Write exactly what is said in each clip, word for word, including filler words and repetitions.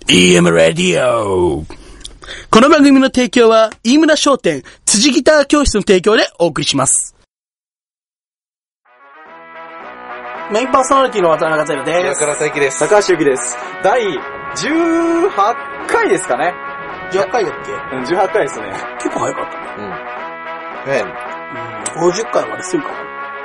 イーエム ラディオ。この番組の提供は飯村商店辻ギター教室の提供でお送りします。メインパーソナリティの渡辺克弘です。 中田大輝です。 高橋由紀です。だいじゅうはちかいですかね。 じゅうはちかいだっけ？ うん、じゅうはちかいですね。 結構早かったね。 うん。早いね。 うん、ごじゅっかいまでするかも。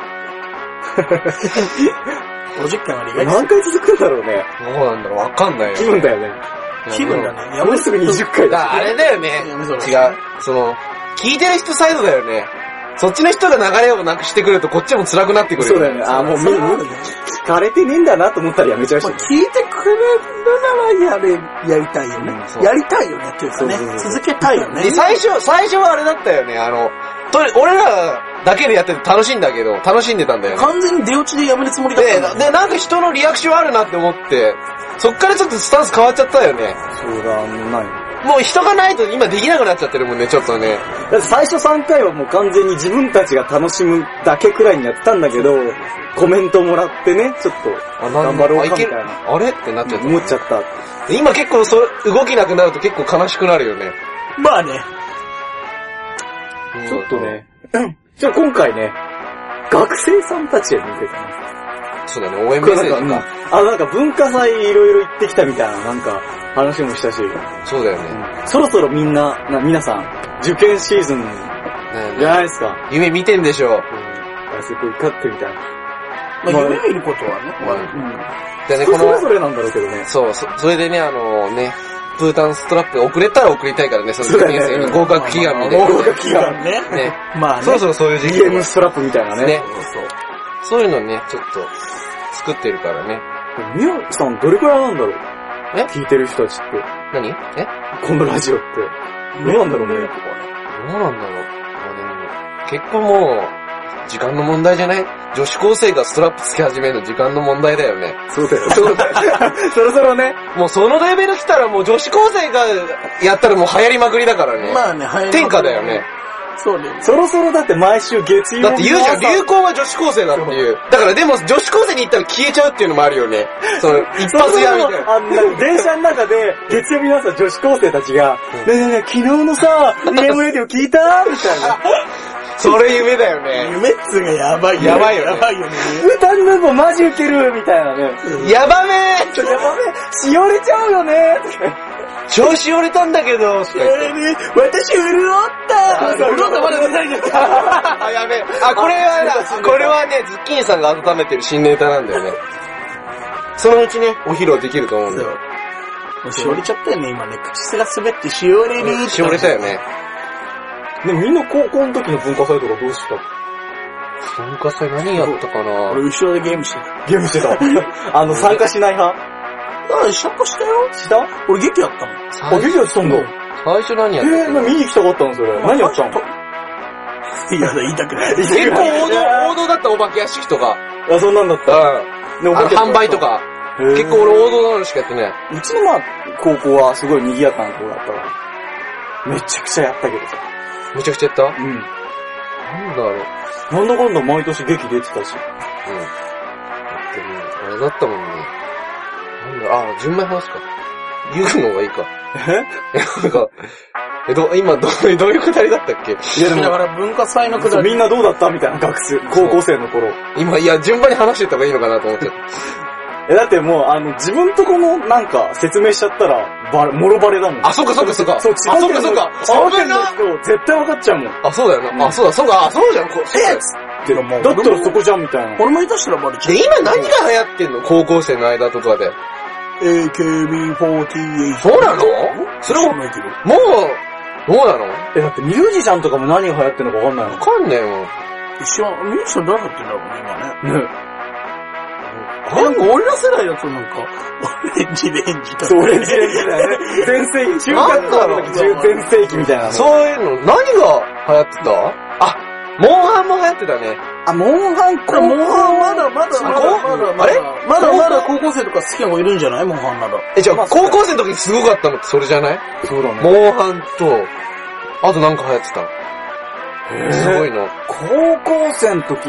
ごじゅっかいまで意外と何回続くんだろうね。 どうなんだろう、わかんないよ。 気分だよね。 気分だね。 もうすぐにじゅっかいだ。 あれだよね。違う。その、聞いてる人サイドだよね。そっちの人が流れをなくしてくるとこっちも辛くなってくるよ。 そうだよね。あ、もうみんな聞かれてねえんだなと思ったらやめちゃうし。 聞いてくれるならやれ、やりたいよね。うん、やりたいよねっていうかね。続けたいよね。 最初、最初はあれだったよね。あの、と俺らだけでやってて楽しいんだけど、楽しんでたんだよね。 完全に出落ちでやめるつもりだったんだよね。 で、で、なんか人のリアクションあるなって思って、そっからちょっとスタンス変わっちゃったよね。 そうだ、ない。 もう人がないと今できなくなっちゃってるもんね、ちょっとね。 だって最初さんかいはもう完全に自分たちが楽しむだけくらいにやってたんだけど、コメントもらってね、ちょっと頑張ろうかみたいな。 あれってなっちゃった。 思っちゃった。 今結構そ動きなくなると結構悲しくなるよね。 まあね。 ちょっとね。じゃあ今回ね、学生さんたちへ向けてね。 そうだね、応援メッセージか。 あ、なんか文化祭いろいろ行ってきたみたいな、なんか話もしたし。 そうだよね。 うん、そろそろみんな、な皆さん、受験シーズンじゃないですか。 夢見てんでしょ。うん。 あそこ受かってみたいな。 まあ、夢見ることはね。 まあ、うん。でね、このそれぞれなんだろうけどね。 そう、そ、それでね、あのね、プータンストラップ遅れたら送りたいからね、その受験生に合格祈願みたいな。 合格祈願ね。 ね。 まあね。 そろそろそういう時期。 ゲームストラップみたいなね。 ね。そうそう。そういうのね、ちょっと作ってるからね。 みやさんどれくらいなんだろう？ え？ 聞いてる人たちって。 何？え？ このラジオって。どうなんだろうね。 どうなんだろう。まあでも、結構もう、時間の問題じゃない？女子高生がストラップつけ始めるの時間の問題だよね。 そうだよ。そうだよ。そろそろね。 もうそのレベル来たらもう女子高生がやったらもう流行りまくりだからね。 まあね、流行りまくり。 天下だよね。 そうね。 そろそろだって毎週月曜日だって言うじゃん、流行は女子高生だっていう。だからでも女子高生に行ったら消えちゃうっていうのもあるよね。その、一発屋みたいな。 あんな、電車の中で、月曜日の朝女子高生たちが、ねえねえねえ、昨日のさ、イーエム レディオ聞いたみたいな。 それ夢だよね。 夢っつうがやばいよね。 やばいよね。 やばいよね。 歌んのもマジウケるみたいなね。 やばめーちょ、やばめしおれちゃうよね調子折れたんだけど、 それね、私潤った潤ったまだ出ないんですかあ、やべえ。あ、これは、これはね、ズッキーニさんが温めてる新ネタなんだよね。そのうちね、お披露できると思うんだよ。もうしおれちゃったよね、今ね。口が滑ってしおれるって。 しおれたよね。 でもみんな高校の時の文化祭とかどうした文化祭何やったかな？ 俺後ろでゲームしてた。 ゲームしてたあの、参加しない派あ、参加したよ。 した俺劇やったの。あ、劇やってたんだ。 最初何やったの？ えー、見に行きたかったのそれ。何やったの？ いや、言いたくない。 結構王道、王道だったお化け屋敷とか。 あ、そんなんだった。 うん。販売とか。結構俺王道なのしかやってない。 うちのまあ、高校はすごい賑やかな子だったから。めちゃくちゃやったけどさ。 めちゃくちゃやった？うん。 なんだろう。 なんだかんだ毎年劇出てたし。うん。だってもう、あれだったもんね。なんだ、あ、順番話すか。言うのがいいか。えなんか、え、ど、今、どう、どういうくだりだったっけ？ いやでも、だから文化祭のくだり。 みんなどうだったみたいな学生、高校生の頃。 今、いや、順番に話してた方がいいのかなと思って。 え、だってもう、あの、自分とこの、なんか、説明しちゃったら、ばれ、もろバレだもん。 あ、そっかそっかそっか。 そう、違う。 あ、そっかそっか。 危ないな。絶対分かっちゃうもん。 あ、そうだよな。あ、そうだ、そうか、あ、そうじゃん。こえっつってだったらそこじゃんみたいな。 俺もいたしたらバレちゃう。 で、今何が流行ってんの？高校生の間とかで。 エーケービーフォーティーエイト。 そうなの？それも、もう、どうなの？ え、だってミュージシャンとかも何が流行ってんのか分かんないの？ 分かんねえよ。 一緒、ミュージシャン誰やってんだろうね、今ね。 ね。 なんか俺ら世代だとなんか、オレンジレンジとか。 そう、オレンジレンジだよね。全盛期、中学校の時全盛期みたいな。 そういうの、何が流行ってた？あ、モンハンも流行ってたね。 あ、モンハンか。 モンハンまだまだまだあれまだまだ高校生とか好きな子いるんじゃないモンハンなら。 え、じゃあ高校生の時にすごかったのってそれじゃない？ そうだね。 モンハンと、あとなんか流行ってた。すごいの。 高校生の時、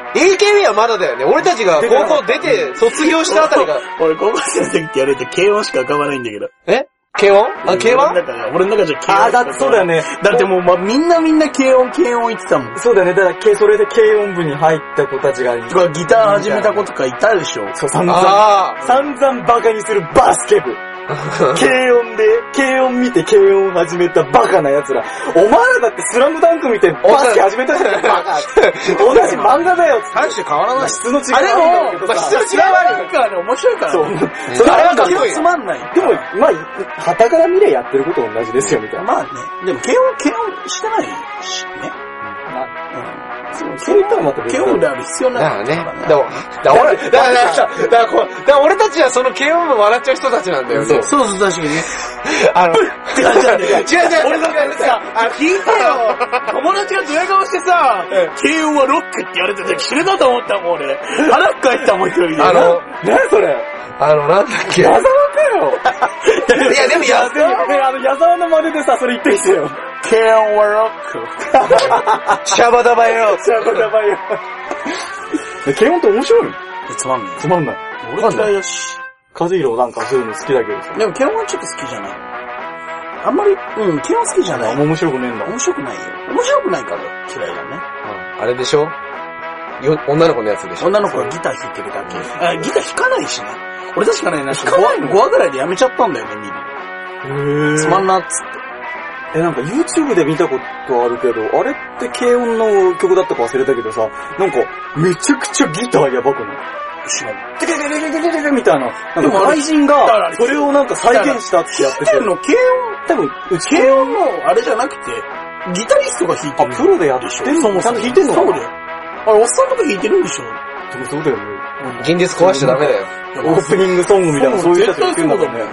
エーケービー はまだだよね。俺たちが高校出て卒業したあたりが。 俺高校生の時って言われて軽音しか浮かばないんだけど。 え軽音あ、軽音俺の中じゃ軽音。 あ、だってそうだよね。 だってもう、ま、みんなみんな軽音、軽音言ってたもん。 そうだよね。だから、それで軽音部に入った子たちが。 ギター始めた子とかいたでしょ。 そう、散々。散々バカにするバスケ部。軽音で、軽音見て軽音始めたバカな奴ら。お前らだってスラムダンク見てバスケ始めたじゃん、バカ。同じ漫画だよ。 大して変わらない。 質の違いあれも、 まあ、 質の違いはあるからね、面白いからね。 そう。 それはかっこいい。つまんない。 でも、まあ、旗から見れやってること同じですよ、みたいな。 まあね。でも、軽音、軽音してないしね。 そう、軽音とはまた別軽音である必要ない。 だからね。だから俺、だから、だからこう、だから俺たちはその軽音部笑っちゃう人たちなんだよね。 そうそう、確かにね。 あの、って感じなんだよ。違う違う、 俺だからさ、聞いてよ。友達がドヤ顔してさ、軽音はロックって言われてて死ぬだと思ったもん、俺。腹返ったもん、一人で。 あの、 何それあの、なんだっけ。 矢沢かよ。 いや、でも矢沢ね、あの、矢沢の真似でさ、それ言ってきてよ。 軽音はロック。 シャバダバよ。 シャバダバよ。軽音って面白いの？ つまんない。 つまんない。 俺嫌いだし。 和弘なんかそういうの好きだけどさ。 でも軽音はちょっと好きじゃない。あんまり、うん、軽音好きじゃない。 面白くねえんだ。 面白くないよ。面白くないから嫌いだね。 あれでしょよ、女の子のやつでしょ女の子がギター弾いてるだけ。あ、ギター弾かないしね。俺確かね、弾かないの ごわぐらいでやめちゃったんだよね、見る。へー。つまんなっつって。 え、なんか YouTube で見たことあるけど、あれって軽音の曲だったか忘れたけどさ、なんかめちゃくちゃギターやばくない？ 知らない。 テレレレレレレレみたいな。なんか外人がそれをなんか再現したってやってて。 弾いてんの軽音、多分、うち軽音のあれじゃなくて、ギタリストが弾いてる。 あ、プロでやってるの？ちゃんと弾いてんのかな？ そうだよ。あれ、おっさんとか弾いてるんでしょ？ でもそうだよね。 現実壊しちゃダメだよ。 オープニングソングみたいなそういう人たちが言ってんだもんね。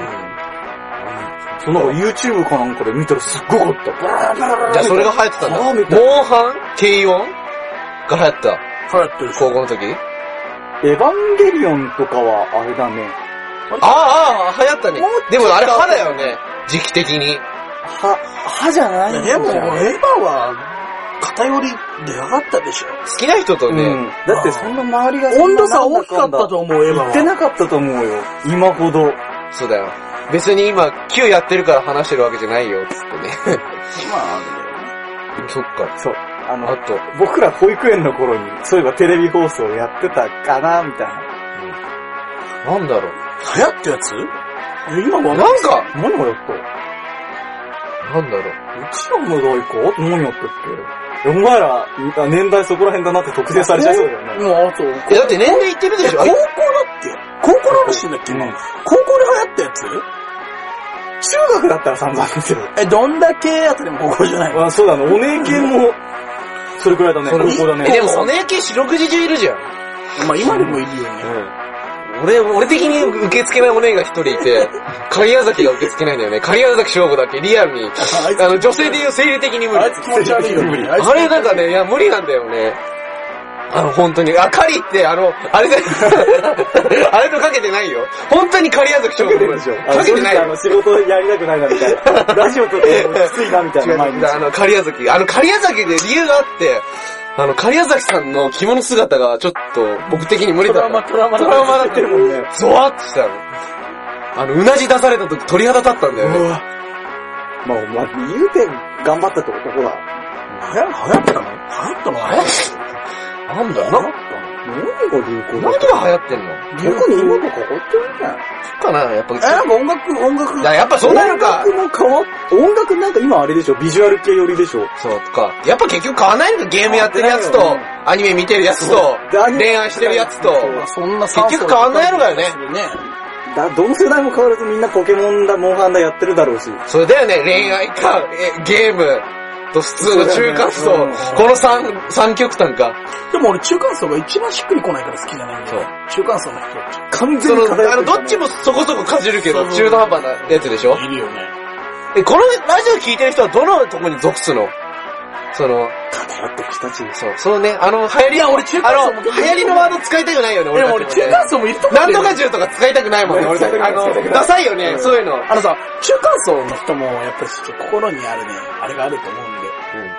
そう、なんか YouTube かなんかで見たらすっごかった。 じゃあそれが流行ってたんだ。モンハン軽音が流行った。 流行ってる。 高校の時エヴァンゲリオンとかはあれだね。 ああ、ああ、流行ったね。でもあれ歯だよね。時期的に。 歯、歯じゃないんだよ。 でも、エヴァは、偏りで上がったでしょ。 好きな人とね。 うん、だってそんな周りが温度差大きかったと思う、エヴァは。 言ってなかったと思うよ。今ほど。 そうだよ。別に今、Q やってるから話してるわけじゃないよ、つってね。 まあ、あるよね。 そっか。 そう。あの、 あと、 僕ら保育園の頃に、そういえばテレビ放送やってたかな、みたいな。 うん、なんだろう。 流行ったやつ今はなんか、 何がやったなんだろう。 うちらの代か何やったっけお前ら、年代そこら辺だなって特定されちゃいそうだよね。 もう、あと、 え、だって年齢いってるでしょ高校だっけ高校の話してんだっけ今。高校で流行ったやつ中学だったら散々ですよ。 え、どんだけあたりも高校じゃないの？ あ、そうだね。お姉系も、それくらいだね。高校だね。 え、でもお姉系四六時中いるじゃん。 まあ今でもいるよね。 うん。俺、俺的に受け付けないお姉が一人いて、狩矢崎が受け付けないんだよね。狩矢崎翔吾だけリアルに、あの、女性で言う生理的に無理。 あいつ気持ち悪いよ、無理。 あれなんかね、いや、無理なんだよね。あの、本当に。あ、狩りって、あの、あれで、あれとかけてないよ。本当に狩矢崎翔吾。かけてるでしょ。かけてないよ。 あの、仕事やりたくないな、みたいな。ラジオとかきついな、みたいな。 毎日。あの、狩矢崎。あの、狩矢崎で理由があって、あの、狩矢崎さんの着物姿がちょっと僕的に無理だった。 トラウマ、トラウマ、 トラウマだってるもんね。ゾワッとしたの。あの、うなじ出された時鳥肌立ったんだよね。 まあ、まあ、言うて頑張ったって男だ。 流行ったの流行ったの流行ったのなんだろう何が流行だ何が流行ってんの逆に今とか変わってるんじゃないかなやっぱ。 え、なんか音楽、音楽。 やっぱそうなるか。 音楽も変わっ、音楽なんか今あれでしょビジュアル系寄りでしょそうか。やっぱ結局変わんないのかゲームやってるやつと、アニメ見てるやつと、恋愛してるやつと、 そんな結局変わんないのかよね。 だ、どの世代も変わらずみんなポケモンだ、モンハンだやってるだろうし。 それだよね、恋愛か、え、ゲームと普通の中間層、この三、三極端か。 でも俺中間層が一番しっくりこないから好きじゃないんだよ。中間層の人たち。 完全にその、あの、どっちもそこそこかじるけど、中途半端なやつでしょいるよね。 え、このラジオ聞いてる人はどのとこに属すのその、 偏ってる人たち。 そう、そのね、あの、流行り、 いや、俺中間層も。 あの、流行りのワード使いたくないよね、俺。 でも俺中間層もいると思う。 なんとか中とか使いたくないもんね、俺たち。あの、ダサいよね、そういうの。 あのさ、中間層の人も、やっぱり心にあるね、あれがあると思うんで。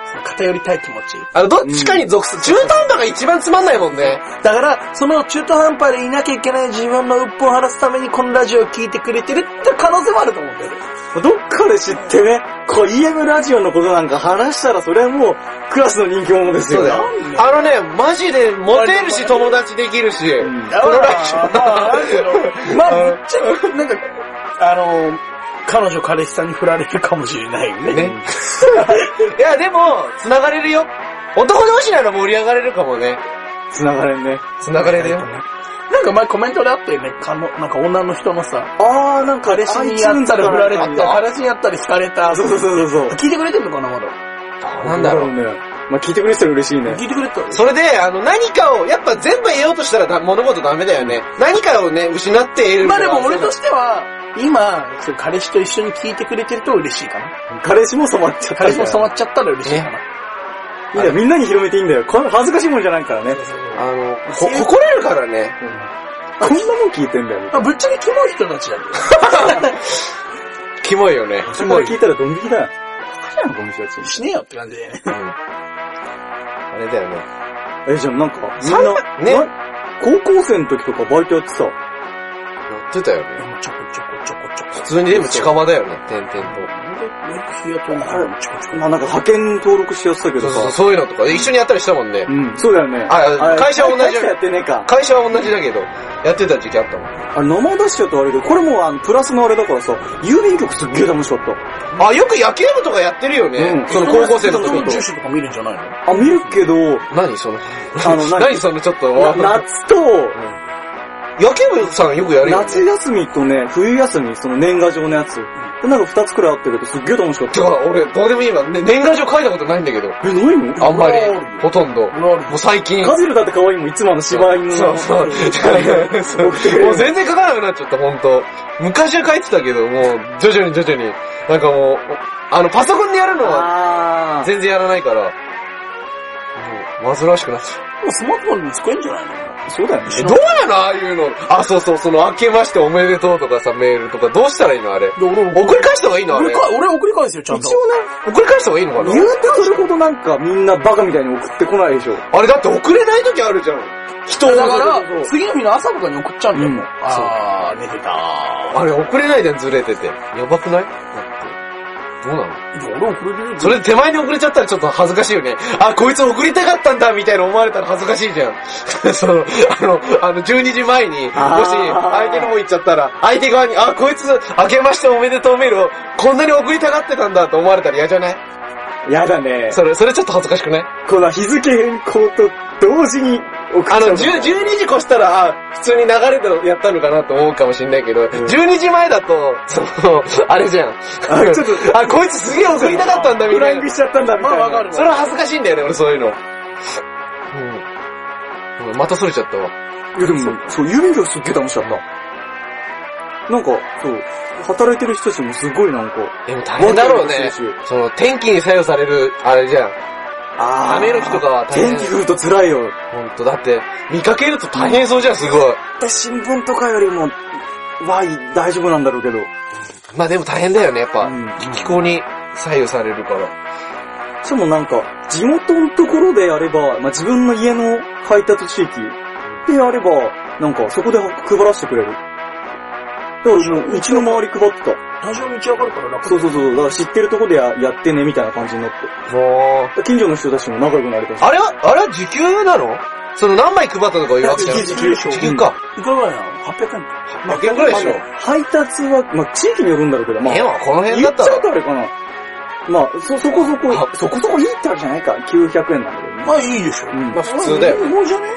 偏りたい気持ち。 あの、どっちかに属する。中途半端が一番つまんないもんね。 だから、その中途半端でいなきゃいけない自分の鬱憤を晴らすためにこのラジオを聞いてくれてるって可能性もあると思うんだよね。 どっかで知ってね、こう イーエム ラジオのことなんか話したらそれはもうクラスの人気者ですよ。 そうだよ。あのね、マジでモテるし友達できるし、うん、このラジオ。 まあ、なんけど、まあ、ぶっちゃけ、なんか、あの、彼女彼氏さんに振られるかもしれないよね。ねいや、でも、繋がれるよ。男同士なら盛り上がれるかもね。 繋がれるね。 繋がれるよ。 なんか前コメントであったよね。かの、なんか女の人のさ。 あー、なんか彼氏にやったら振られた。彼氏にやったら惹かれた。 そうそうそうそう。 聞いてくれてんのかな、まだ。 なんだろうね。 まあ聞いてくれてたら嬉しいね。 聞いてくれてたらそれで、あの、何かを、やっぱ全部得ようとしたら物事ダメだよね。何かをね、失って得る。 まあでも俺としては、今、彼氏と一緒に聞いてくれてると嬉しいかな。 彼氏も染まっちゃった。 彼氏も染まっちゃったら嬉しいかな。ね、 いいんだよ、みんなに広めていいんだよ。これ恥ずかしいもんじゃないからね。 あの、こ、誇れるからね。 うん、こんなもん聞いてんだよ。 あ、ぶっちゃけキモい人たちだよ。 キモいよね。 キモい。聞いたらドン引きだよ。バカじゃん、この人たち。 死ねよって感じでね。うん。あれだよね。 え、じゃあなんか、みんな、ね、高校生の時とかバイトやってさ。やってたよね。 ちょこちょこちょこちょこ。 普通にでも近場だよね、点々と。 まあなんか派遣登録しやすたけどさ。 そうそう、そういうのとか一緒にやったりしたもんね。 うん、そうだよね。 あ、会社は同じだやってねえか。 会社は同じだけど、やってた時期あったもん。 あれ、名前出しちゃうとあれで、これもあの、プラスのあれだからさ、郵便局すっげえ楽しかった。 あ、よく野球部とかやってるよね。うん、その高校生の時と。 住所とか見るんじゃないの？ あ、見るけど、 何その、あの、何そのちょっと、 夏と、 野球部さんよくやるよね。 夏休みとね、冬休み、その年賀状のやつ。で、なんか二つくらいあったけど、すっげえ楽しかった。 てか、俺、どうでもいいわ。ね、年賀状書いたことないんだけど。 え、ないの？ あんまり。ほとんど。もう最近。 カジルだって可愛いもん、いつもあの柴犬の。 そうそう。もう全然書かなくなっちゃった、ほんと。昔は書いてたけど、もう、徐々に徐々に。なんかもう、あの、パソコンでやるのは、全然やらないから、もう、煩わしくなっちゃう。 もうスマートフォンで使えんじゃないの？ そうだよね。 どうやのああいうの。あ、そうそう、その、明けましておめでとうとかさ、メールとか、どうしたらいいのあれ。送り返した方がいいのあれ。 俺送り返すよ、ちゃんと。 一応ね。 送り返した方がいいのかな？ 言うてそれほどなんかみんなバカみたいに送ってこないでしょ。 あれだって送れない時あるじゃん。 人だから、次の日の朝とかに送っちゃうんだよ、もう。あー、寝てたー。 あれ送れないじゃん、ずれてて。やばくない？どうなの？ 俺送れてる。 それで手前に送れちゃったらちょっと恥ずかしいよね。あ、こいつ送りたかったんだみたいな思われたら恥ずかしいじゃん。その、あの、あの、じゅうにじまえに、もし、相手の方行っちゃったら、相手側に、あ、こいつ、明けましておめでとうメールを、こんなに送りたがってたんだと思われたら嫌じゃない？ 嫌だね。 それ、それちょっと恥ずかしくない？ この日付変更と同時に送っちゃう。 あの、じゅうにじ越したら、あ、普通に流れてやったのかなと思うかもしんないけど、うん、じゅうにじまえだと、その、あれじゃん。あ、ちょっと、あ、こいつすげえ送りたかったんだみたいな。 フライングしちゃったんだみたいな。 まあわかる。 それは恥ずかしいんだよね、俺そういうの。うん。またそれちゃったわ。 いやでも、そう、郵便局すっげえ楽しかった。なんか、そう、働いてる人たちもすごいなんか。 でも大変だろうね。その、天気に左右される、あれじゃん。 ああ。 雨の日とかは大変。天気降ると辛いよ。 ほんと、だって、見かけると大変そうじゃん、すごい。 で、新聞とかよりも、わい、大丈夫なんだろうけど。 まあでも大変だよね、やっぱ。うん、気候に左右されるから。 しかもなんか、地元のところでやれば、まあ自分の家の配達地域でやれば、なんかそこで配らせてくれる。だからもう、道の周り配ってた。 多少道わかるから楽。 そうそうそう。だから知ってるとこで や, やってね、みたいな感じになって。 もう。 近所の人たちも仲良くなれたし。 あれは、あれは時給なの？その何枚配ったとかいうわけじゃん。 時給、 時給か。 いくらぐらいなの？はっぴゃくえん。 はっぴゃくえんぐらいでしょ。 配達は、まあ地域によるんだろうけど、まあ。 ええわ、この辺だったら。 言っちゃうとあれかな。まあ、そ、そこそこ、そこそこいいってわけじゃないか。きゅうひゃくえんなんだけどね。 まあいいでしょ。 うん。 まあ普通だよ。 もうじゃね？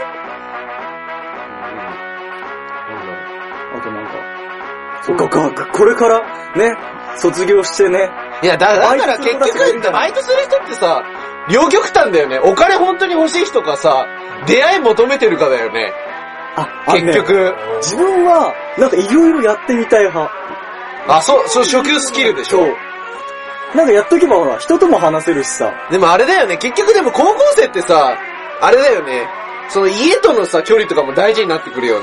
あとなんか、そっかか、これから、ね、卒業してね。 いや、だ、だから結局、バイトする人ってさ、両極端だよね。お金本当に欲しい人かさ、出会い求めてるかだよね。 あ、 結局、ね。 自分は、なんかいろいろやってみたい派。 あ、そう、そう、初級スキルでしょ。そう。 なんかやっとけばほら、人とも話せるしさ。 でもあれだよね、結局でも高校生ってさ、あれだよね、その家とのさ、距離とかも大事になってくるよね。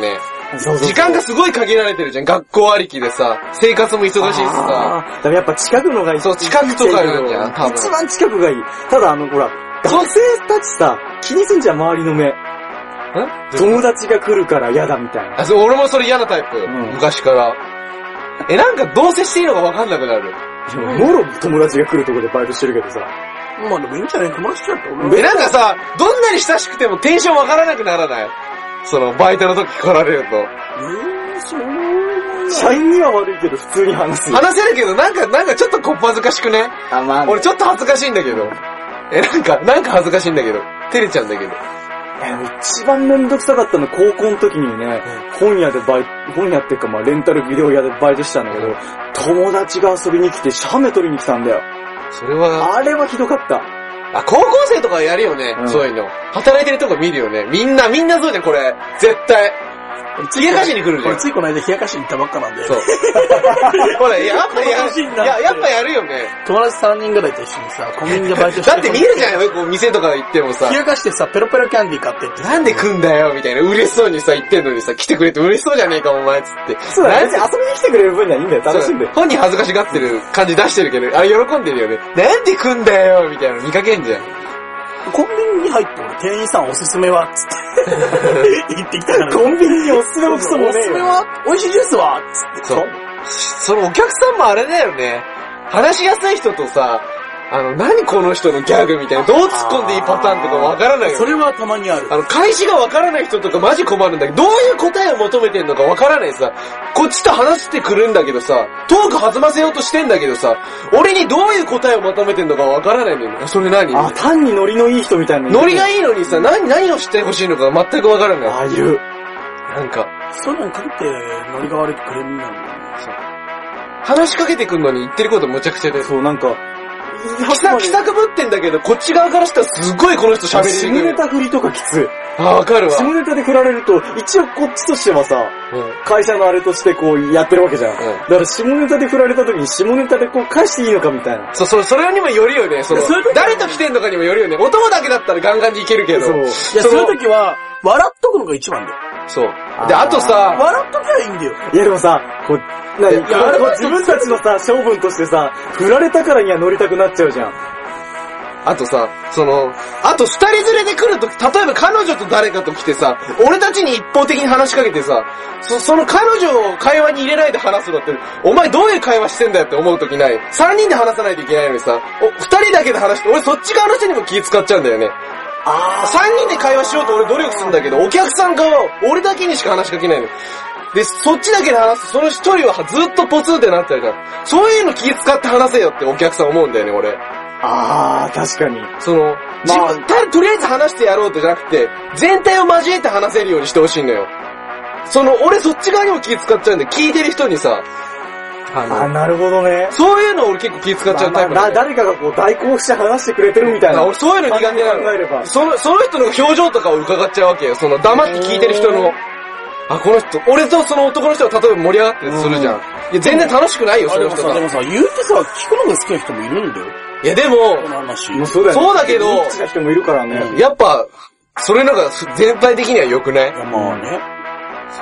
そうそうそう。 時間がすごい限られてるじゃん。学校ありきでさ、生活も忙しいしさ。 だからやっぱ近くのがいい。 そう、近くとかなんじゃん、多分。 一番近くがいい。ただあの、ほら、学生たちさ、気にすんじゃん、周りの目。友達が来るから嫌だみたいな。 あ、そう、俺もそれ嫌なタイプ。うん、昔から。え、なんかどう接していいのか分かんなくなる。 もろ友達が来るとこでバイトしてるけどさ。 まあでもいいんじゃない友達だと思う。え、なんかさ、どんなに親しくてもテンション分からなくならない？その、バイトの時来られると。 えー、そう社員には悪いけど普通に話す。 話せるけど、なんか、なんかちょっとこっぱずかしくね。 あ、まあ、ね。 俺ちょっと恥ずかしいんだけど。え、なんか、なんか恥ずかしいんだけど。照れちゃうんだけど。 え、一番めんどくさかったの高校の時にね、うん、本屋でバイト、本屋っていうかまあレンタルビデオ屋でバイトしたんだけど、うん、友達が遊びに来て写メ撮りに来たんだよ。 それは、 あれはひどかった。 あ、高校生とかやるよね、うん、そういうの。働いてるとこ見るよね。みんな、みんなそうじゃん、これ。絶対。冷やかしに来るじゃん。 ついこの間冷やかしに行ったばっかなんで。 そう。ほら、やっぱやる、や、やっぱやるよね。 友達さんにんぐらいと一緒にさ、コンビニでバイトしてだって見るじゃんよ、こう店とか行ってもさ。 冷やかしてさ、ペロペロキャンディー買ってって。 なんで来んだよ、みたいな。嬉しそうにさ、言ってんのにさ、来てくれて嬉しそうじゃねえか、お前、つって。 そうだね。遊びに来てくれる分にはいいんだよ、楽しんで。 本人恥ずかしがってる感じ出してるけど、あれ喜んでるよね。なんで来んだよ、みたいなの見かけんじゃん。 コンビニに入って俺店員さんおすすめはつって言ってきたから、 コンビニにおすすめもクソもねえよ。 おすすめは美味しいジュースはつって。 そう。そのお客さんもあれだよね。話しやすい人とさ、あの、何この人のギャグみたいな、どう突っ込んでいいパターンとかわからないよ。 それはたまにある。 あの、開始がわからない人とかマジ困るんだけど、どういう答えを求めてんのかわからないさ、こっちと話してくるんだけどさ、トーク弾ませようとしてんだけどさ、俺にどういう答えを求めてんのかわからないんだよね。それ何？ あ、単にノリのいい人みたいな。 ノリがいいのにさ、何、何をしてほしいのか全くわからない。 ああいう。 なんか。 そういうのにかけて、ノリが悪くクレームになるんだよね。そう。 話しかけてくんのに言ってることむちゃくちゃで。 そう、なんか、 気さくぶってんだけど、こっち側からしたらすごいこの人喋りにくい。 下ネタ振りとかきつい。 あ、わかるわ。 下ネタで振られると、一応こっちとしてはさ、うん、会社のあれとしてこうやってるわけじゃん。うん、だから下ネタで振られた時に下ネタでこう返していいのかみたいな。 そう、そう、それにもよるよね。その、誰と来てんのかにもよるよね。男だけだったらガンガンにいけるけど。そう。いや、 そういう時は、笑っとくのが一番だよ。 そう。で、あとさ、 笑っときゃいいんだよ。 いやでもさ、こう、なに、自分たちのさ、性分としてさ、振られたからには乗りたくなっちゃうじゃん。 あとさ、その、あと二人連れで来るとき、例えば彼女と誰かと来てさ、俺たちに一方的に話しかけてさ、そ、その彼女を会話に入れないで話すのって、お前どういう会話してんだよって思うときない。三人で話さないといけないのにさ、お、二人だけで話して、俺そっち側の人にも気使っちゃうんだよね。あー。三人で会話しようと俺努力するんだけど、お客さん側は俺だけにしか話しかけないの。で、そっちだけで話すと、その一人はずっとポツンってなっちゃうから、そういうの気使って話せよってお客さん思うんだよね、俺。 あー、確かに。 その、まあ、自分、たとりあえず話してやろうとじゃなくて、全体を交えて話せるようにしてほしいのよ。その、俺そっち側にも気使っちゃうんで、聞いてる人にさ、 ああ、なるほどね。 そういうの俺結構気使っちゃうタイプなんだ、 まあまあ、誰かがこう代行して話してくれてるみたいな。 俺そういうの苦手なの。その、その人の表情とかを伺っちゃうわけよ。その黙って聞いてる人の。あ、この人、俺とその男の人が例えば盛り上がってるとするじゃん。いや、全然楽しくないよ、その人が。 でもさ、言うてさ、聞くのが好きな人もいるんだよ。 いや、でも、 この話。 もうそうだよね。 そうだけど、 好きな人もいるからね。 やっぱ、それなんか全体的には良くない？ いや、まあね。 そう。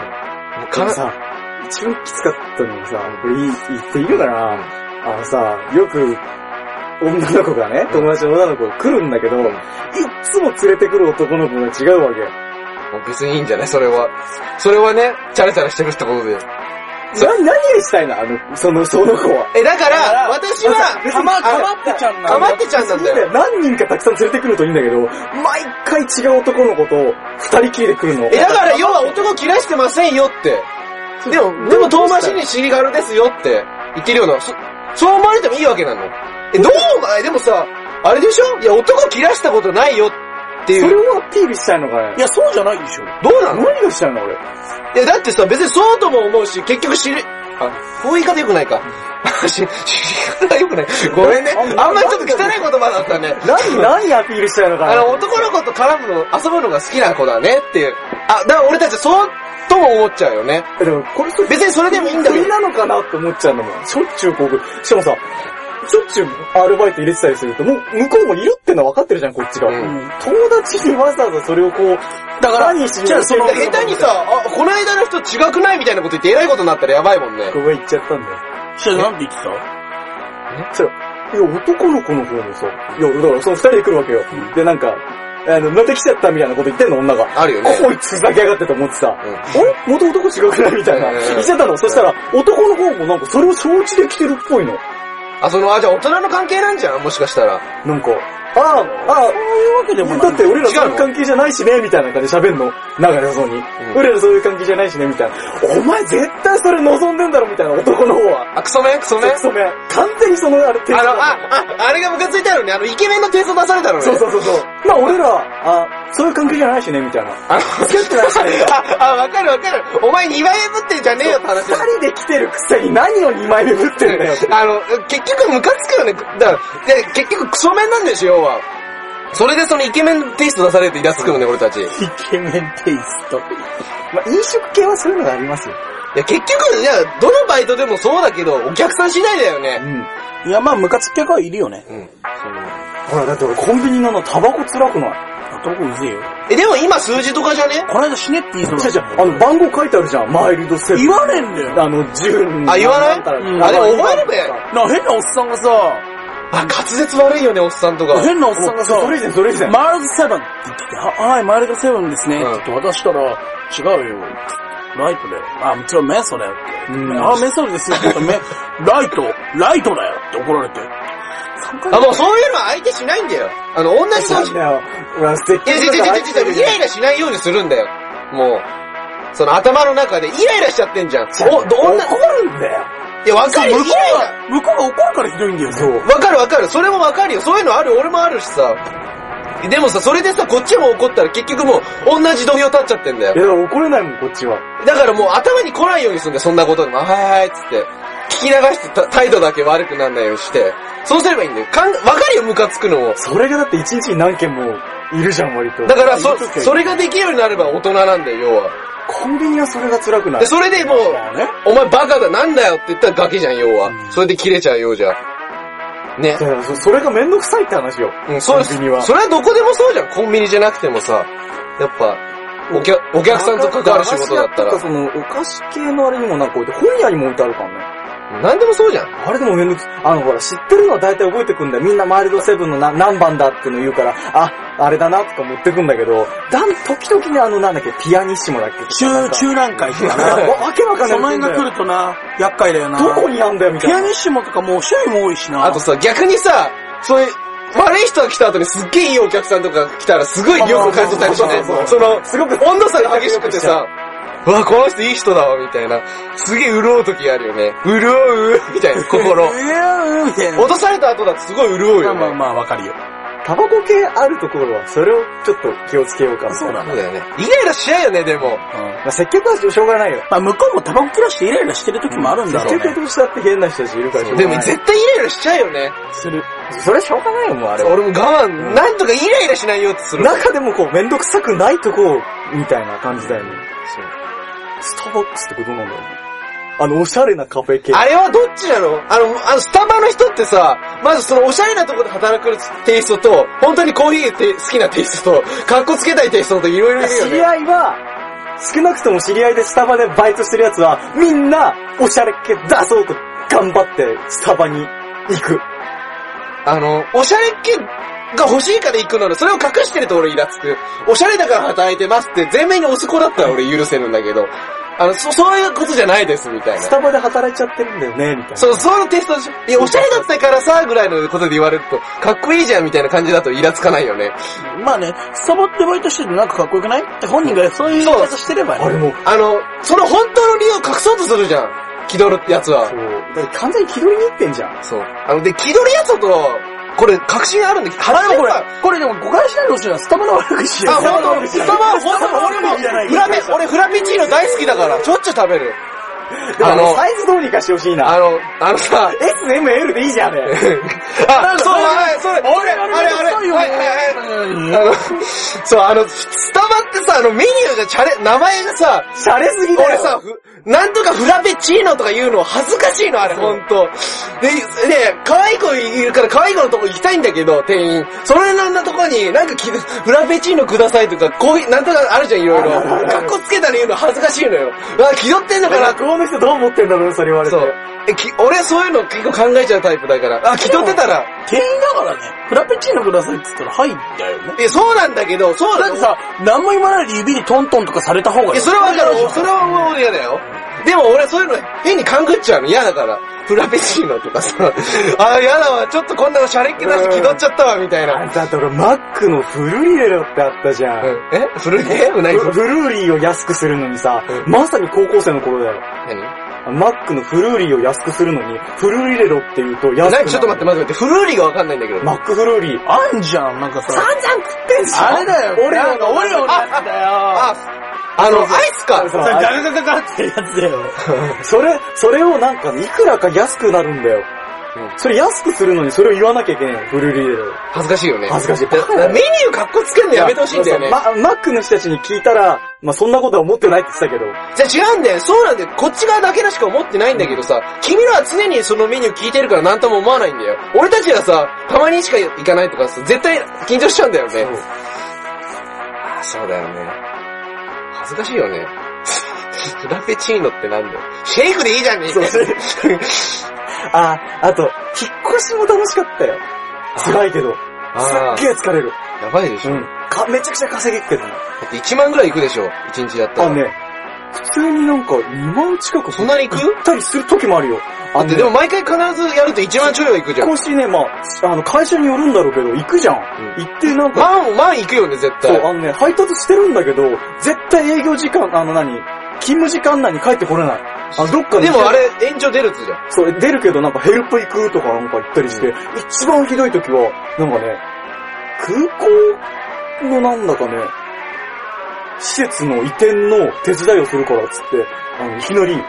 かなさ、一番きつかったのがさ、これ言っていいのかな？あのさ、よく、女の子がね、友達の女の子が来るんだけど、いっつも連れてくる男の子が違うわけ。 別にいいんじゃないそれは。それはね、チャラチャラしてるってことで。 な、何がしたいのあの、その、その子は。 え、だから、私は、 かま、かまってちゃんなんだよ。 かまってちゃんなんだよ。 何人かたくさん連れてくるといいんだけど、毎回違う男の子と二人きりで来るの。 え、だから要は男切らしてませんよって。でも、でも遠回しに尻軽ですよって言ってるような、そ、そう思われてもいいわけなの。え、どうお前、でもさ、あれでしょいや、男切らしたことないよっていう。 それをアピールしたいのかね。 いや、そうじゃないでしょ。 どうなの？ 何がしたいの俺。 いや、だってさ、別にそうとも思うし、結局知る、あ、こういう言い方良くないか。し、知り方良くない。ごめんね。あんまりちょっと汚い言葉だったね。 何、何アピールしたいのかな。 あの、男の子と絡むの、遊ぶのが好きな子だねっていう。あ、だから俺たちそうとも思っちゃうよね。 でも、これ別にそれでもいいんだけど。 不意なのかなって思っちゃうのも。しょっちゅうこう、しかもさ、 しょっちゅうアルバイト入れてたりすると、もう向こうもいるってのは分かってるじゃん、こっちが。うん、友達にわざわざそれをこう、 だから、何しにじゃあその、下手にさ、あ、この間の人違くないみたいなこと言って偉いことになったらやばいもんね。 ここ行っちゃったんだよ。 それなんて言ってた？ えそれ、いや、男の子の方もさ、いや、だからその二人で来るわけよ。うん、で、なんか、あの、また来ちゃったみたいなこと言ってんの、女が。 あるよね。 こいつふざけやがってと思ってさ、うん、あれ元男違くないみたいな。言っちゃったの。そしたら、男の方もなんかそれを承知で来てるっぽいの。 あ、その、あ、じゃあ大人の関係なんじゃんもしかしたら。 なんか、ああ、ああ、そういうわけでもない。だって俺らそういう関係じゃないしね、みたいな感じで喋んの。なんかよそうに、うん。俺らそういう関係じゃないしね、みたいな。お前絶対それ望んでんだろ、みたいな男の方は。 あ、クソめクソめクソめ完全にそのあれ、 あの、あ、あ、あれがムカついたのに、あの、イケメンのテイスト出されたのね。 そうそうそうそう。まあ俺ら、あ、そういう関係じゃないしね、みたいな。あの、付き合ってないしね。 あ、あ、わかるわかる。お前にまいめぶってんじゃねえよって話。 二人で来てるくせに何をにまいめぶってんだよ。 あの、結局ムカつくよね。だから、で、結局クソメンなんですよ、要は。それでそのイケメンテイスト出されてイラつくのね、俺たち。イケメンテイスト。まあ、飲食系はそういうのがありますよ。 いや、結局、いや、どのバイトでもそうだけど、お客さん次第だよね。 うん。いや、まあ、ムカつき客はいるよね。うん。 ほら、だって俺コンビニのタバコ辛くない？ タバコうぜえよ。 え、でも今数字とかじゃね？ この間死ねって言いそうだ。 じゃじゃ、あの、番号書いてあるじゃん、マイルドセブン。 言われんだよ。 あの、じゅう。 あ、言わない？うん、あ、でも覚えるべ。 な、変なおっさんがさ、 あ、滑舌悪いよね、おっさんとか。 変なおっさんがさ、 それ以前、それ以前。 マイルドセブンって言ってきて、は、はい、マイルドセブンですね。って言って渡したら、違うよ。ライトだよ。あ、もちろんメソだよって。うん、あ、メソですよって言ったら、メ、ライト、ライトだよって怒られて。 あ、もうそういうのは相手しないんだよ。あの、同じそうだよ。うわ、素敵。 いや、いやいやいやいや、イライラしないようにするんだよ。もう、その頭の中でイライラしちゃってんじゃん。 お、どんな、怒るんだよ。 いや、わかるよ。 向こうが、向こうが怒るからひどいんだよ。 そう。わかるわかる。それもわかるよ。そういうのある。俺もあるしさ。でもさ、それでさ、こっちも怒ったら結局もう、同じ土俵立っちゃってんだよ。 いや、怒れないもん、こっちは。 だからもう頭に来ないようにするんだよ、そんなことでも。はいはい、つって。聞き流して態度だけ悪くならないようにして。そうすればいいんだよ。かん、わかるよ、ムカつくのも。 それがだって一日に何件もいるじゃん、割と。 だから、そ、それができるようになれば大人なんだよ、要は。 コンビニはそれが辛くない。 で、それでもう、ね、お前バカだ、なんだよって言ったらガキじゃん、要は。うん、それで切れちゃうようじゃ。ね。 そ, それがめんどくさいって話よ。 うん、そうです。コンビニは。それはどこでもそうじゃん。コンビニじゃなくてもさ、やっぱ、お客、お客さんと関わる仕事だったら。 その、お菓子系のあれにもなんか置いて、本屋にも置いてあるからね。 なんでもそうじゃん。 あれでもめんどくさい。あの、ほら、知ってるのは大体覚えてくんだよ。みんなマイルドセブンのな何番だっての言うから、あ、あれだなとか持ってくんだけど、だん、時々ね、あの、なんだっけ、ピアニッシモだっけ中、中段階とかな。 わけわかんない。 その辺が来るとな、厄介だよな。 どこにあんだよ、みたいな。 ピアニッシモとかもう種類も多いしな。 あとさ、逆にさ、そういう、悪い人が来た後にすっげえいいお客さんとか来たらすごいよく感じたりして、その、すごく温度差が激しくてさ、うわ、この人いい人だわ、みたいな。すげえ潤う時あるよね。潤うみたいな、心。 潤うみたいな。 落とされた後だとすごい潤うよね。 まあまあまあ、わかるよ。 タバコ系あるところは、それをちょっと気をつけようか。 そうなんだよね。イライラしちゃうよね、でも。うん。 まあ、接客はしょうがないよ。 まあ、向こうもタバコ切らしてイライラしてる時もあるんだろうね。 接客としたって変な人たちいるからしょうがない。 でも絶対イライラしちゃうよね。 する。 それしょうがないよ、もうあれ。 俺も我慢、なんとかイライラしないよってする。 中でもこう、めんどくさくないとこ、みたいな感じだよね。そう。スタバックスってことなんだろうね。あの、おしゃれなカフェ系。 あれはどっちなの？あの、あの、スタバの人ってさ、まずそのおしゃれなところで働くテイストと、本当にコーヒーが好きなテイストと、カッコつけたいテイストといろいろいるよね。 知り合いは、少なくとも知り合いでスタバでバイトしてるやつは、みんな、おしゃれ系出そうと頑張って、スタバに行く。 あの、おしゃれ系が欲しいから行くので、それを隠してると俺イラつく。おしゃれだから働いてますって全面に押す子だったら俺許せるんだけど、あの、そ、そういうことじゃないです、みたいな。 スタバで働いちゃってるんだよね、みたいな。 そう、そういうテストでしょ。いや、おしゃれだったからさ、ぐらいのことで言われると、かっこいいじゃん、みたいな感じだとイラつかないよね。 まあね、スタバってバイトしててなんかかっこよくないって本人がそういう言い方してればね。 あれも、あの、その本当の理由を隠そうとするじゃん。気取るやつは。 そう。だって完全に気取りに行ってんじゃん。 そう。あの、で、気取るやつと、これ、確信あるんだけど、 あれこれ、これでも誤解しないでほしいな、スタバの悪口。 あ、ほんと、スタバ、ほんと、俺も、フラペ、俺フラペチーノ大好きだから、しょっちゅう食べる。 あの、サイズどうにかしてほしいな。 あの、あのさ、 エス、エム、エル でいいじゃん、あれ。 あ、そう、あれ、それ、あれ、あれ、あれ、はいはいはい。あの、そう、あの、スタバってさ、あの、メニューがチャレ、名前がさ、 シャレすぎだよ。 俺さ、なんとかフラペチーノとか言うの恥ずかしいの、あれ、ほんと。で、で、可愛い子いるから可愛い子のとこ行きたいんだけど、店員。それなんなとこに、なんかき、フラペチーノくださいとか、こういう、なんとかあるじゃん、いろいろ。かっこつけたら言うの恥ずかしいのよ。あ、気取ってんのかな。 この人どう思ってんだろう、それ言われて。 そう。え、き、俺そういうの結構考えちゃうタイプだから。あ、気取ってたら。 店員だからね、フラペチーノくださいって言ったら、はいだよね。 え、そうなんだけど、そうだってさ、何も言わないで指にトントンとかされた方がいい。 え、それはわかる。それはもう嫌だよ。でも俺そういうの変に勘ぐっちゃうの嫌だから。フラペチーノとかさ、あ、嫌だわ、ちょっとこんなのシャレっ気出して気取っちゃったわ、みたいな。 あんた、だって俺、マックのフルリレロってあったじゃん。 うん、えフルリレロ何フルーリーを安くするのにさ、うん、まさに高校生の頃だよ。 何マックのフルーリーを安くするのに、フルリレロって言うと安くなる。 何ちょっと待って待って待って、フルーリーがわかんないんだけど。 マックフルーリー。 あんじゃん、なんかさ。 散々食ってんじゃん。 あれだよ。 オレオがオレオのやつだよ。 あ、あの、アイスか。 それガガガガガってやつだよ。 それ、それをなんか、いくらか安くなるんだよ。それ安くするのにそれを言わなきゃいけないの、フルリレロ。 恥ずかしいよね。 恥ずかしい。 メニューカッコつけるのやめてほしいんだよね。 マックの人たちに聞いたら、まあそんなことは思ってないって言ってたけど。 じゃあ違うんだよ。そうなんだよ。こっち側だけらしか思ってないんだけどさ、君らは常にそのメニュー聞いてるからなんとも思わないんだよ。俺たちはさ、たまにしか行かないとかさ、絶対緊張しちゃうんだよね。そうあ、そうだよね。恥ずかしいよね。フラペチーノってなんだよ。シェイクでいいじゃんね。そうあ、あと、引っ越しも楽しかったよ。辛いけど。すっげえ疲れる。 やばいでしょ。うん。 か、めちゃくちゃ稼げっけどね。 だっていちまんぐらい行くでしょ。いちにちやったら。 あ、ね。普通になんかにまん近くそんなに行く行ったりする時もあるよ。 だってでも毎回必ずやるといちまんちょいは行くじゃん。 引っ越しね、まあ、あの、会社によるんだろうけど、行くじゃん。うん、行ってなんか。 まん、まん行くよね、絶対。 そう、あのね、配達してるんだけど、絶対営業時間、あの何勤務時間内に帰ってこれない。あ、どっかでもあれ、延長出るっつじゃん。 そう、出るけどなんかヘルプ行くとかなんか言ったりして、うん、一番ひどい時は、なんかね、空港のなんだかね、施設の移転の手伝いをするからっつって、あの、いきなり、行って、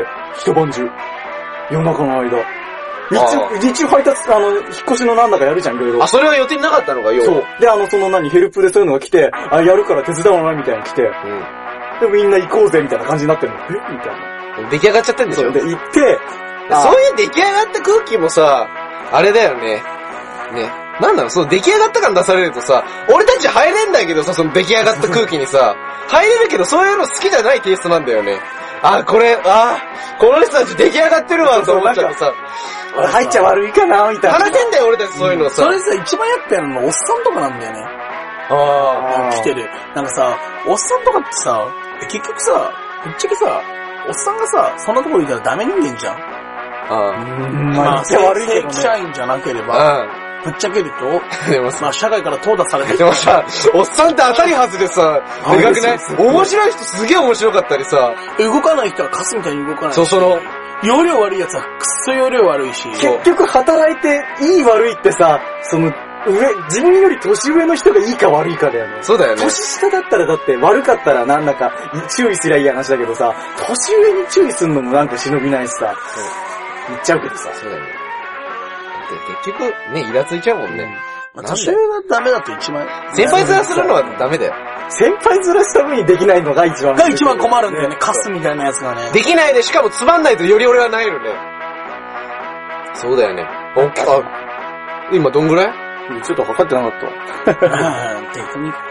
一晩中。夜中の間。日中、日中配達、あの、引っ越しのなんだかやるじゃん、いろいろ。 あ、それは予定なかったのか、よ。 そう。で、あの、その何、ヘルプでそういうのが来て、あ、やるから手伝わないみたいなの来て、うん。で、みんな行こうぜ、みたいな感じになってるの。えみたいな。出来上がっちゃってんでしょ。 で、行って、 そういう出来上がった空気もさ、あれだよね。ね。なんだろう、その出来上がった感出されるとさ、俺たち入れんだけどさ、その出来上がった空気にさ、入れるけどそういうの好きじゃないテイストなんだよね。あ、これ、あ、この人たち出来上がってるわと思っちゃってさ、 俺入っちゃ悪いかなみたいな。 話せんだよ俺たちそういうのさ。 それさ、一番やってるのおっさんとかなんだよね。ああ、来てる。なんかさ、おっさんとかってさ、結局さ、ぶっちゃけさ、おっさんがさ、そんなところいたらダメ人間じゃん。ああ。 まあ、正規社員じゃなければ、ぶっちゃけると、でもまあ社会から淘汰されてる。 でもさ、おっさんって当たり外れさ、でかくない？面白い人すげえ面白かったりさ、 動かない人はカスみたいに動かないし。 そう、その、 容量悪いやつはくっそ容量悪いし。 結局働いていい悪いってさ、その、上、自分より年上の人がいいか悪いかだよね。 そうだよね。 年下だったらだって悪かったらなんだか注意すりゃいい話だけどさ、年上に注意するのもなんか忍びないしさ、言っちゃうけどさ。 そうだよね。結局、ね、イラついちゃうもんね。 まあ、年上がダメだと一番。 先輩面するのはダメだよ。 先輩面すためにできないのが一番。 が一番困るんだよね、カスみたいなやつがね。 できないで、しかもつまんないとより俺はないよね。そうだよね。おっあ、今どんぐらい？ ちょっと測ってなかった。 適当に。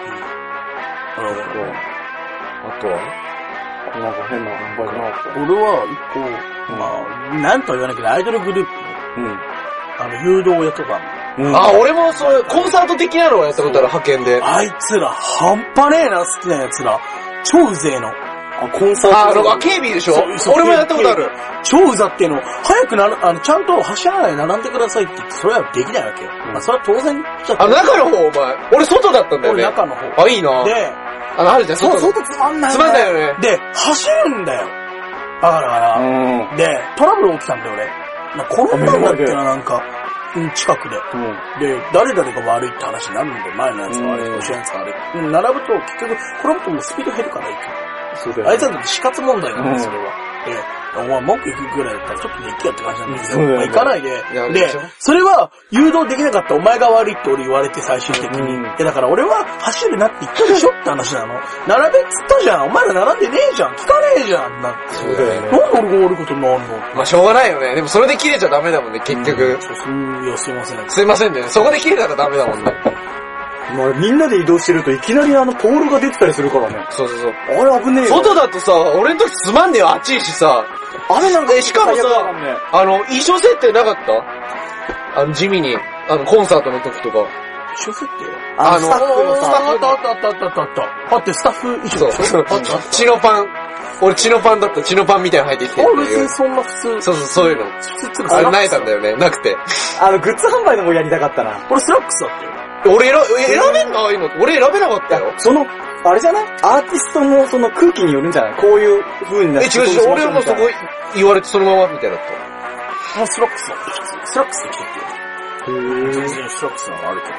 あとはなんか変な販売じゃなかった。 俺は一個、まあ、なんとは言わないけど、アイドルグループの、うん、あの、誘導をやったかうん、あ、俺もそう、コンサート的なのをやったことある、派遣で。 あいつら、半端ねえな、好きなやつら。超うぜえの。 あ、コンサート。 あ、あの、あ、警備でしょ？俺もやったことある。 超うざっていうの、早くなる、あの、ちゃんと柱内並んでくださいって言って、それはできないわけよ。うん、まあ、それは当然じゃあ、中の方、お前。俺外だったんだよね。 俺中の方。 あ、いいな。 で、 あの、あるじゃん、 外。そう、外つまんない。 つまんないよね。 で、走るんだよ。だから、うん、で、トラブル起きたんだよ、俺。な転んだんだっけな、なんか。近くで、うん。で、誰々が悪いって話になるんで、前のやつが悪い、後ろのやつが悪い。並ぶと、結局、転ぶともうスピード減るからいいかそうだよね。 あいつはだって死活問題なんです、それは。で、お前文句言うぐらいだったらちょっとね、行けよって感じなんですけど、まあ行かないで、で、それは誘導できなかったお前が悪いって俺言われて最終的に。いやだから俺は走るなって言ったでしょって話なの。並べっつったじゃん。お前ら並んでねえじゃん。聞かねえじゃん。なって。 そうだよね。 なんで俺が悪いことになるの？ まあしょうがないよね。でもそれで切れちゃダメだもんね、結局。 そうそう、いやすいません。 すいませんね。そこで切れたらダメだもんね。 まあ、みんなで移動してるといきなりあのポールが出てたりするからね。 そうそうそう。 あれ危ねえよ。 外だとさ、俺の時つまんねえよ、暑いしさ。 あれなんか、 しかもさ、あの、衣装設定なかったあの、地味に、あの、コンサートの時とか。 衣装設定あの、スタッフのさ、 あったあったあったあったあったあった。あってスタッフ衣装でしょ？ 血のパン。俺血のパンだった血のパンみたいなの入ってきてる。 俺別にそんな普通。 そうそう、そういうの。 普通あれ、泣いたんだよね。なくて。 あの、グッズ販売の方やりたかったな。 俺スラックスだったよ。 俺選、選べんのああいうの。俺選べなかったよ。 その、あれじゃないアーティストのその空気によるんじゃないこういう風になって。 え、違う違う、俺もそこ言われてそのままみたいだった。もうスラックスだったよ。スラックスで来てて。へぇ全然スラックスなのあるけど。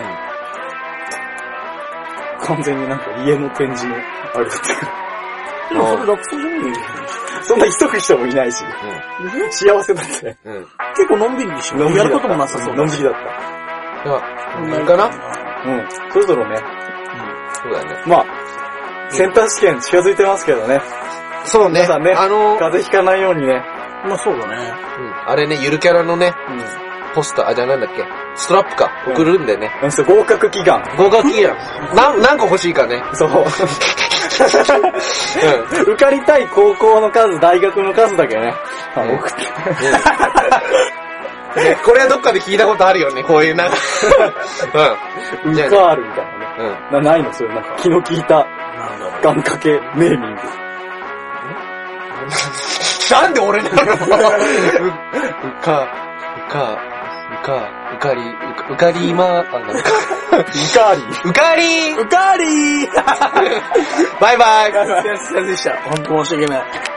うん。完全になんか家の展示のあれだったから。 でもそれ楽そうじゃないよ。 そんな急ぐ人もいないし。うん。幸せだって。 うん。 結構のんびりにしよう。やることもなさそう。 のんびりだった。 いや、いいかな？ うん。そろそろね。うん。 そうだね。 まあ、センター試験近づいてますけどね。 そうね。 皆さんね、 あのー、 風邪ひかないようにね。 まあそうだね。 うん。あれね、ゆるキャラのね、うん、ポスター、あ、じゃあなんだっけ、ストラップか、送るんでね。 うん、そう、合格祈願。 合格祈願。何、何個欲しいかね。 そう。うん、受かりたい高校の数、大学の数だけね。うん、送って。 ね、これはどっかで聞いたことあるよね、こういうなんか。 うん。ウカールみたいなね。うん。な、ないのそういうなんか気の利いた、願掛けネーミング。 なんで俺なの？うか、うか、うか、うか、うかり、うかりま、あ、なんか。うかり。 うかりうかりバイバイ。 すいませんでした。本当申し訳ない。